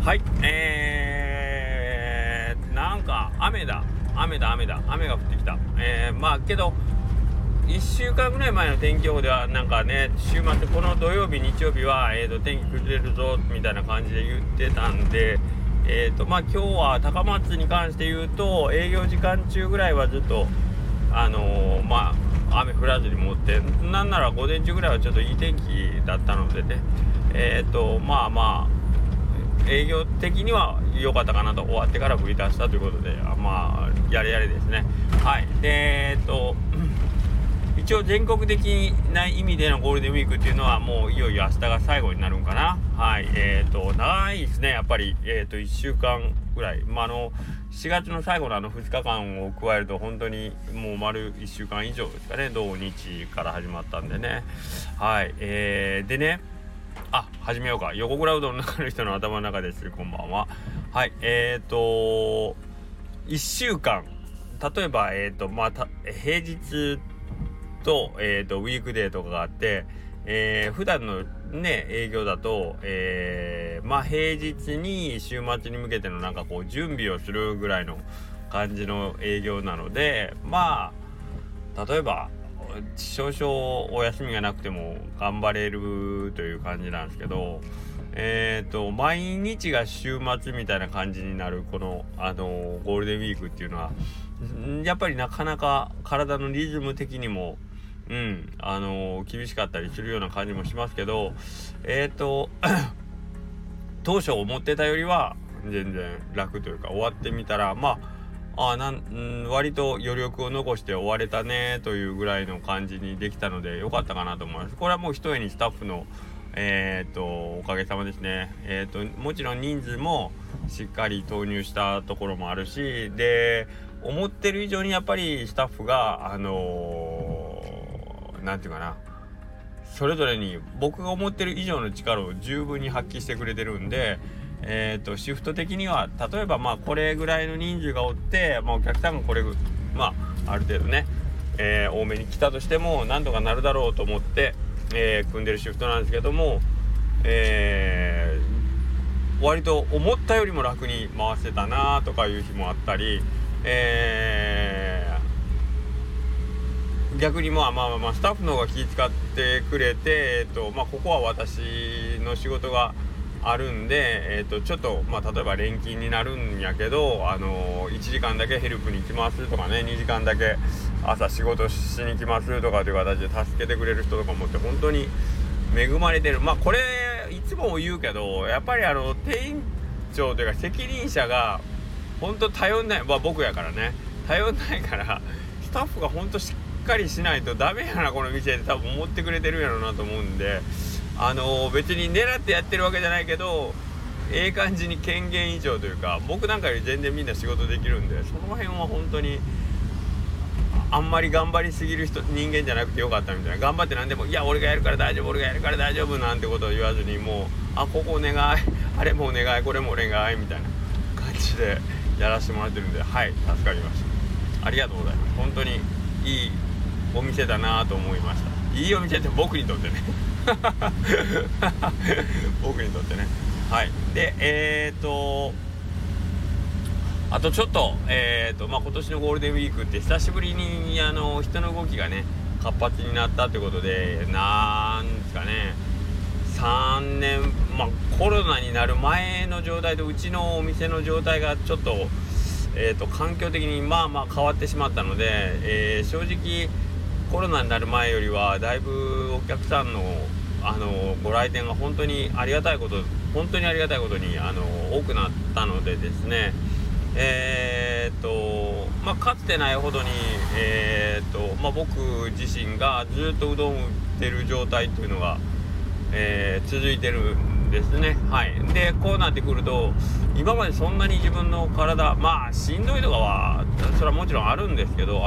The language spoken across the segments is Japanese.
はい、なんか雨が降ってきた。けど1週間ぐらい前の天気予報ではなんかね、週末この土曜日日曜日は、天気崩れるぞみたいな感じで言ってたんで、今日は高松に関して言うと営業時間中ぐらいはずっと雨降らずにもって、なんなら午前中ぐらいはちょっといい天気だったのでね、営業的には良かったかなと。終わってから降り出したということで、やれやれですね。はい。で一応全国的な意味でのゴールデンウィークっていうのはもういよいよ明日が最後になるんかな。はい。長いですね、やっぱり。1週間ぐらい。4月の最後の2日間を加えると本当にもう丸1週間以上ですかね。土日から始まったんでね。はい。でね、始めようか。横倉うどんの中の人の頭の中です。こんばんは。はい。1週間。例えば、平日と、ウィークデーとかがあって、普段のね営業だと、平日に週末に向けての準備をするぐらいの感じの営業なので、例えば少々お休みがなくても頑張れるという感じなんですけど、毎日が週末みたいな感じになるこの、ゴールデンウィークっていうのはやっぱりなかなか体のリズム的にも厳しかったりするような感じもしますけど、当初思ってたよりは全然楽というか、終わってみたら割と余力を残して終われたねというぐらいの感じにできたので良かったかなと思います。これはもう一重にスタッフのおかげさまですね。もちろん人数もしっかり投入したところもあるし、で思ってる以上にやっぱりスタッフがなんていうかな、それぞれに僕が思ってる以上の力を十分に発揮してくれてるんで、シフト的には例えばこれぐらいの人数がおって、お客さんがこれある程度ね、多めに来たとしてもなんとかなるだろうと思って、組んでるシフトなんですけども、割と思ったよりも楽に回せたなとかいう日もあったり、逆にスタッフの方が気遣ってくれて、ここは私の仕事があるんで、ちょっと例えば連勤になるんやけど、1時間だけヘルプに行きますとかね、2時間だけ朝仕事しに行きますとかという形で助けてくれる人とかもって本当に恵まれてる。これいつも言うけど、やっぱり店長というか責任者が本当頼んない、僕やからね、頼んないからスタッフが本当しっかりしないとダメやなこの店で多分思ってくれてるんやろうなと思うんで、別に狙ってやってるわけじゃないけど、感じに権限以上というか、僕なんかより全然みんな仕事できるんで、その辺は本当にあんまり頑張りすぎる人間じゃなくてよかったみたいな。頑張って何でも俺がやるから大丈夫なんてことを言わずに、もうここお願い、あれもお願い、これもお願いみたいな感じでやらせてもらってるんで、はい、助かりました。ありがとうございます。本当にいいお店だなと思いました。いいお店って僕にとってね僕にとってね。はい。であとちょっと今年のゴールデンウィークって久しぶりに人の動きがね活発になったということで、なんですかね、3年コロナになる前の状態とうちのお店の状態がちょっと環境的に変わってしまったので、正直コロナになる前よりはだいぶお客さんのご来店が本当にありがたいことに多くなったのでですね、かつてないほどに僕自身がずっとうどんを売ってる状態っていうのが、続いてるんですね。はい。でこうなってくると、今までそんなに自分の体しんどいとかはそれはもちろんあるんですけど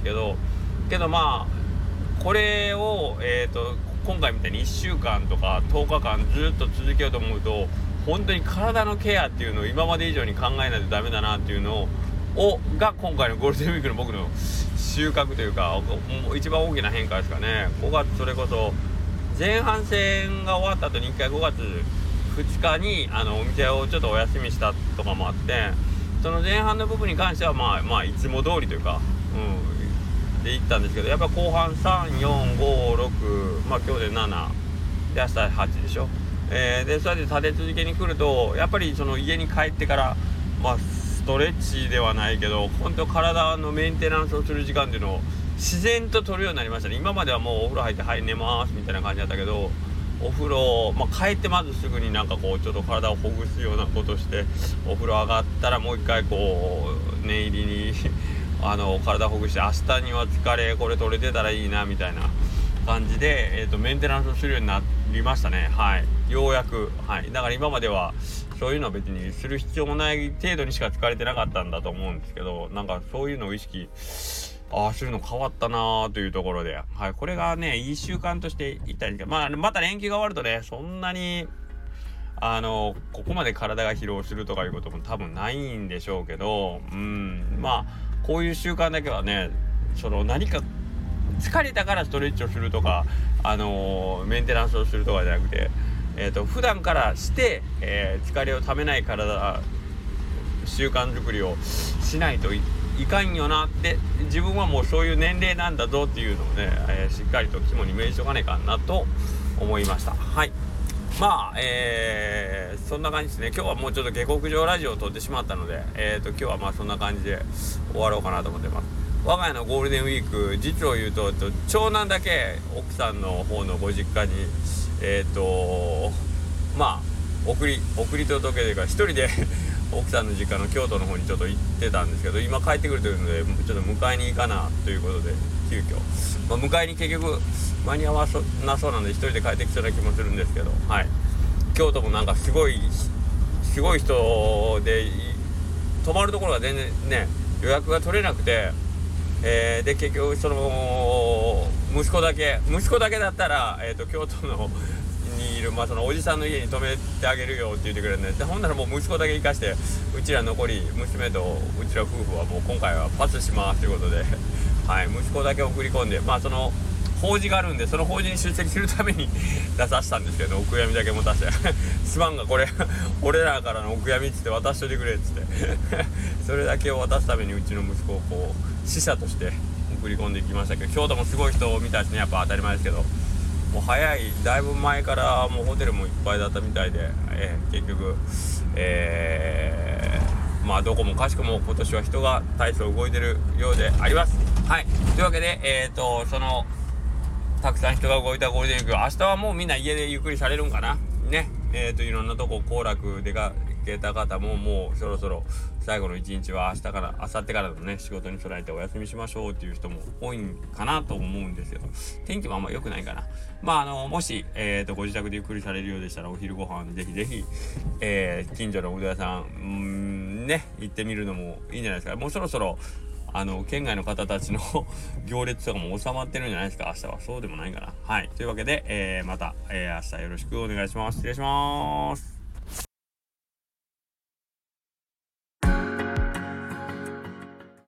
これを今回みたいに1週間とか10日間ずっと続けようと思うと、本当に体のケアっていうのを今まで以上に考えないとダメだなっていうのが今回のゴールデンウィークの僕の収穫というか一番大きな変化ですかね。5月それこそ前半戦が終わった後に1回5月 2日にお店をちょっとお休みしたとかもあって、その前半の部分に関してはまあいつも通りというか、で行ったんですけど、やっぱ後半3、4、5、6、まあ今日で7で明日8でしょ。でそれで立て続けに来ると、やっぱりその家に帰ってから、ストレッチではないけど、本当体のメンテナンスをする時間っていうのを自然と取るようになりましたね。今まではもうお風呂入ってはい寝ますみたいな感じだったけど、お風呂、帰ってまずすぐになんかこうちょっと体をほぐすようなことして、お風呂上がったらもう一回こう念入りに体ほぐして、明日には疲れこれ取れてたらいいなみたいな感じで、メンテナンスをするようになりましたね。ようやく。だから今まではそういうのは別にする必要もない程度にしか疲れてなかったんだと思うんですけど、なんかそういうのを意識するの変わったなというところで、これがねいい習慣としていったんですけど、また連休が終わるとね、そんなにここまで体が疲労するとかいうことも多分ないんでしょうけど、こういう習慣だけはね、その何か疲れたからストレッチをするとか、メンテナンスをするとかじゃなくて、普段からして、疲れをためない習慣作りをしないといかんよなって、自分はもうそういう年齢なんだぞっていうのをね、しっかりと肝に銘じとかねえかなと思いました。そんな感じですね。今日はもうちょっと下克上ラジオを撮ってしまったので、今日はそんな感じで終わろうかなと思ってます。我が家のゴールデンウィーク、実を言うと長男だけ奥さんの方のご実家に送り届けというか、一人で奥さんの実家の京都の方にちょっと行ってたんですけど、今帰ってくるというのでちょっと迎えに行かなということで急遽、迎えに結局間に合わなそうなので一人で帰ってきそうな気もするんですけど、京都もなんかすごい人で、泊まるところが全然ね予約が取れなくて、で結局その息子だけだったら、京都のにいる、そのおじさんの家に泊めてあげるよって言ってくれるんで、ほんならもう息子だけ行かして、うちら残り娘とうちら夫婦はもう今回はパスしますということで息子だけ送り込んで、その法事があるんで、その法事に出席するために出させたんですけど、お悔やみだけ持たせてすまんがこれ俺らからのお悔やみっつって渡しといてくれっつってそれだけを渡すためにうちの息子をこう使者として送り込んでいきましたけど、京都もすごい人を見たしね、やっぱ当たり前ですけど、もうだいぶ前からもうホテルもいっぱいだったみたいで、結局どこもかしこも今年は人が大層動いてるようであります。というわけでそのたくさん人が動いたゴールデンウィーク、明日はもうみんな家でゆっくりされるんかなね。いろんなとこ行楽出かけた方ももうそろそろ最後の一日は明後日からのね仕事に備えてお休みしましょうっていう人も多いんかなと思うんですけど、天気もあんま良くないかな。もし、ご自宅でゆっくりされるようでしたら、お昼ご飯ぜひぜひ、近所のうどん屋さん行ってみるのもいいんじゃないですか。もうそろそろ県外の方たちの行列とかも収まってるんじゃないですか、明日は。そうでもないかな。というわけで、また、明日よろしくお願いします。失礼します。